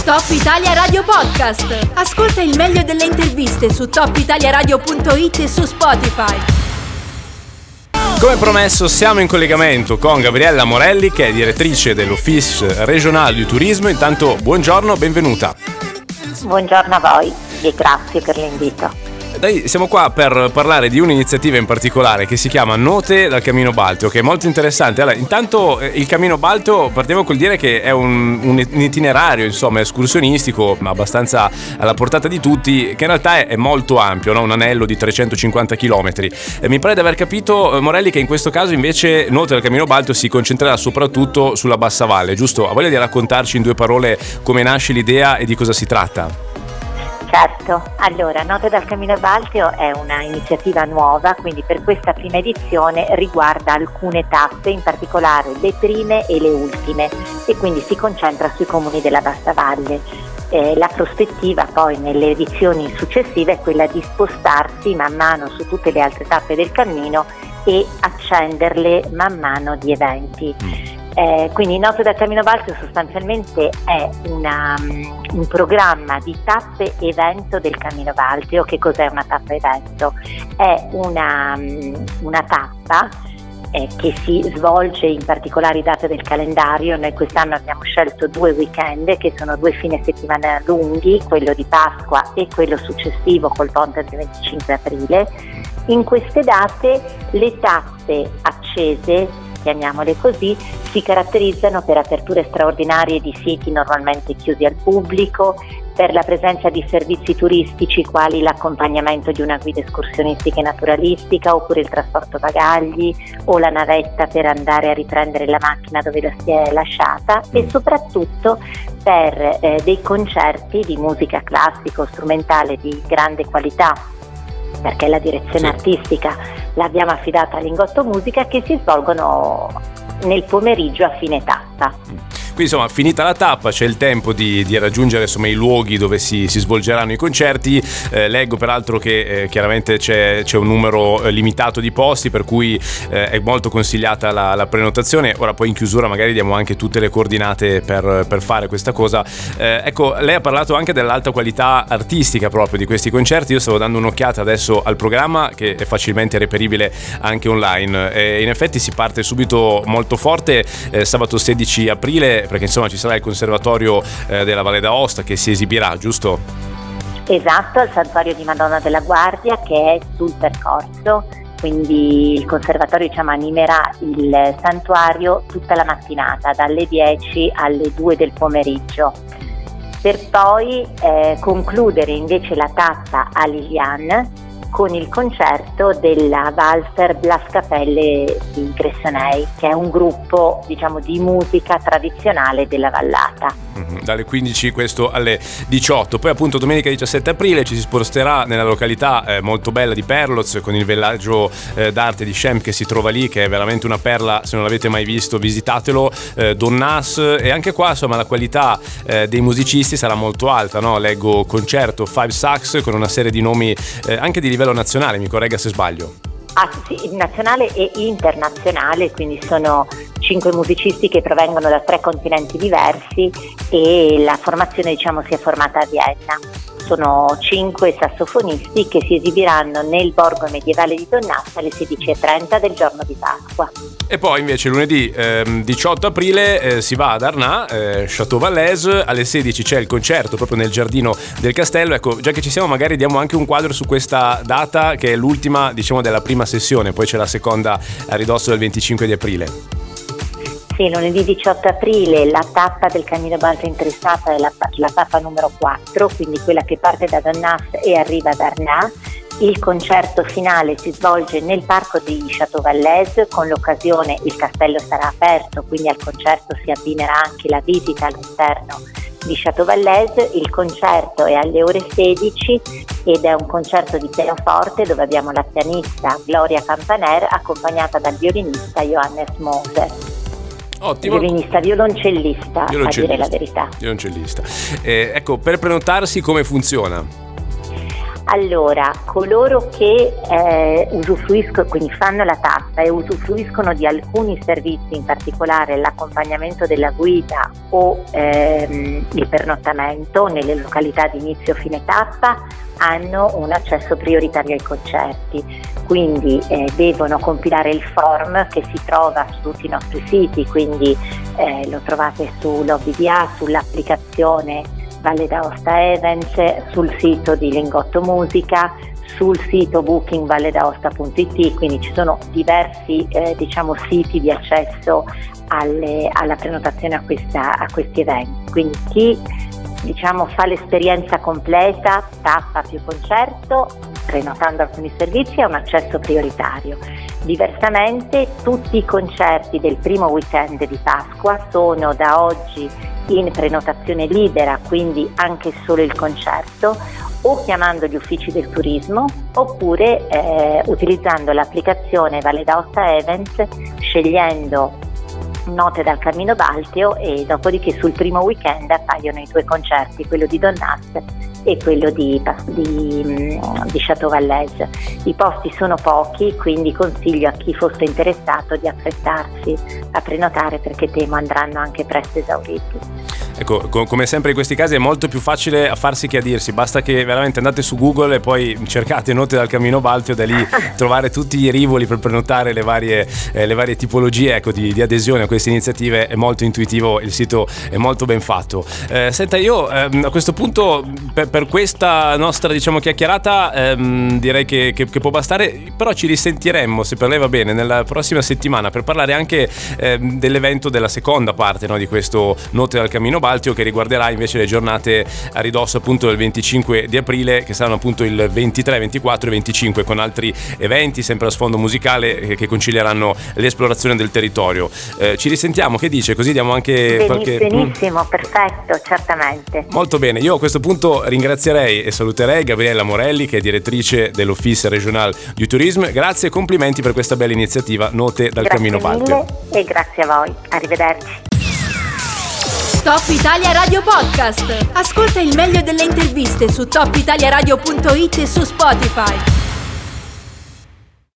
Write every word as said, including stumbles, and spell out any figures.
Top Italia Radio Podcast. Ascolta il meglio delle interviste su top italia radio punto it e su Spotify. Come promesso siamo in collegamento con Gabriella Morelli, che è direttrice dell'Office Regionale di Turismo. Intanto buongiorno, benvenuta. Buongiorno a voi e grazie per l'invito. Dai, siamo qua per parlare di un'iniziativa in particolare che si chiama Note dal Cammino Balteo, che è molto interessante. Allora, intanto eh, il Cammino Balteo, partiamo col dire che è un, un itinerario, insomma, escursionistico, ma abbastanza alla portata di tutti, che in realtà è, è molto ampio, no? Un anello di trecentocinquanta chilometri. Eh, mi pare di aver capito, eh, Morelli, che in questo caso invece Note dal Cammino Balteo si concentrerà soprattutto sulla Bassa Valle, giusto? Ha voglia di raccontarci in due parole come nasce l'idea e di cosa si tratta? Certo, allora Note dal Cammino Balteo è una iniziativa nuova, quindi per questa prima edizione riguarda alcune tappe, in particolare le prime e le ultime, e quindi si concentra sui comuni della Bassa Valle. Eh, la prospettiva poi nelle edizioni successive è quella di spostarsi man mano su tutte le altre tappe del cammino e accenderle man mano di eventi. Eh, quindi Note dal Cammino Balteo sostanzialmente è una, um, un programma di tappe evento del Cammino Balteo. Che cos'è una tappa evento? È una, um, una tappa eh, che si svolge in particolari date del calendario. Noi quest'anno abbiamo scelto due weekend che sono due fine settimana lunghi, quello di Pasqua e quello successivo col ponte del venticinque aprile. In queste date le tappe accese, chiamiamole così, si caratterizzano per aperture straordinarie di siti normalmente chiusi al pubblico, per la presenza di servizi turistici quali l'accompagnamento di una guida escursionistica e naturalistica, oppure il trasporto bagagli o la navetta per andare a riprendere la macchina dove la si è lasciata, e soprattutto per eh, dei concerti di musica classica o strumentale di grande qualità, perché la direzione sì. artistica l'abbiamo affidata a Lingotto Musica, che si svolgono nel pomeriggio a fine tappa. Quindi insomma, finita la tappa c'è il tempo di, di raggiungere insomma i luoghi dove si, si svolgeranno i concerti. Eh, leggo peraltro che eh, chiaramente c'è, c'è un numero eh, limitato di posti, per cui eh, è molto consigliata la, la prenotazione. Ora poi in chiusura magari diamo anche tutte le coordinate per, per fare questa cosa. Eh, ecco, lei ha parlato anche dell'alta qualità artistica proprio di questi concerti. Io stavo dando un'occhiata adesso al programma, che è facilmente reperibile anche online. E in effetti si parte subito molto forte eh, sabato sedici aprile, perché insomma ci sarà il Conservatorio eh, della Valle d'Aosta che si esibirà, giusto? Esatto, al Santuario di Madonna della Guardia, che è sul percorso, quindi il Conservatorio diciamo animerà il santuario tutta la mattinata, dalle dieci alle due del pomeriggio, per poi eh, concludere invece la tappa a Liliane con il concerto della Walter Blascapelle di Gressonei, che è un gruppo diciamo di musica tradizionale della vallata. Mm-hmm. Dalle quindici questo alle diciotto. Poi appunto domenica diciassette aprile ci si sposterà nella località eh, molto bella di Perloz, con il villaggio eh, d'arte di Schem che si trova lì, che è veramente una perla. Se non l'avete mai visto visitatelo. eh, Donnas, e anche qua insomma la qualità eh, dei musicisti sarà molto alta, no? Leggo concerto Five Sax con una serie di nomi eh, anche di livello nazionale, mi corregga se sbaglio. Ah sì, nazionale e internazionale, quindi sono cinque musicisti che provengono da tre continenti diversi, e la formazione diciamo si è formata a Vienna. Sono cinque sassofonisti che si esibiranno nel borgo medievale di Donnas alle sedici e trenta del giorno di Pasqua. E poi invece lunedì ehm, diciotto aprile eh, si va ad Arnà, eh, Château Vallese, alle sedici c'è il concerto proprio nel giardino del castello. Ecco, già che ci siamo magari diamo anche un quadro su questa data, che è l'ultima diciamo della prima sessione, poi c'è la seconda a ridosso del venticinque di aprile. Sì, lunedì diciotto aprile la tappa del Cammino Balteo interessata è la, la tappa numero quattro, quindi quella che parte da Donnas e arriva ad Arnà. Il concerto finale si svolge nel parco di Château Vallese. Con l'occasione il castello sarà aperto, quindi al concerto si abbinerà anche la visita all'interno di Château Vallese. Il concerto è alle ore sedici ed è un concerto di pianoforte dove abbiamo la pianista Gloria Campaner accompagnata dal violinista Johannes Moser. Ottimo. Violinista, violoncellista, violoncellista, a dire la verità. Violoncellista. Eh, ecco, per prenotarsi come funziona? Allora, coloro che eh, usufruiscono, quindi fanno la tappa e usufruiscono di alcuni servizi, in particolare l'accompagnamento della guida o ehm, il pernottamento nelle località di inizio fine tappa, hanno un accesso prioritario ai concerti, quindi eh, devono compilare il form che si trova su tutti i nostri siti, quindi eh, lo trovate su l'O B D A, sull'applicazione Valle d'Aosta Events, sul sito di Lingotto Musica, sul sito booking valledaosta punto it, quindi ci sono diversi eh, diciamo siti di accesso alle, alla prenotazione a, questa, a questi eventi. Quindi chi diciamo fa l'esperienza completa, tappa più concerto, prenotando alcuni servizi, ha un accesso prioritario. Diversamente tutti i concerti del primo weekend di Pasqua sono da oggi in prenotazione libera, quindi anche solo il concerto, o chiamando gli uffici del turismo oppure eh, utilizzando l'applicazione Valle d'Aosta Events, scegliendo Note dal Cammino Balteo, e dopodiché sul primo weekend appaiono i due concerti, quello di Donnas e quello di, di, di Chateau Vallese. I posti sono pochi, quindi consiglio a chi fosse interessato di affrettarsi a prenotare, perché temo andranno anche presto esauriti. Ecco, co- come sempre in questi casi è molto più facile a farsi che a dirsi, basta che veramente andate su Google e poi cercate Note dal Cammino Balteo, da lì trovare tutti i rivoli per prenotare le varie, eh, le varie tipologie ecco, di, di adesione a queste iniziative. È molto intuitivo, il sito è molto ben fatto. Eh, senta, io ehm, a questo punto per, per questa nostra diciamo chiacchierata ehm, direi che, che, che può bastare, però ci risentiremmo, se per lei va bene, nella prossima settimana per parlare anche ehm, dell'evento della seconda parte, no, di questo Note dal Cammino Balteo, che riguarderà invece le giornate a ridosso appunto del venticinque di aprile, che saranno appunto il ventitré, ventiquattro e venticinque, con altri eventi sempre a sfondo musicale che, che concilieranno l'esplorazione del territorio. Eh, ci risentiamo, che dice? Così diamo anche Benis- qualche... Benissimo, mm. perfetto, certamente. Molto bene, io a questo punto ringrazierei e saluterei Gabriella Morelli, che è direttrice dell'Office Régional du Tourisme. Grazie e complimenti per questa bella iniziativa Note dal Grazie Cammino mille Balteo. E grazie a voi, arrivederci. Top Italia Radio Podcast. Ascolta il meglio delle interviste su top italia radio punto it e su Spotify.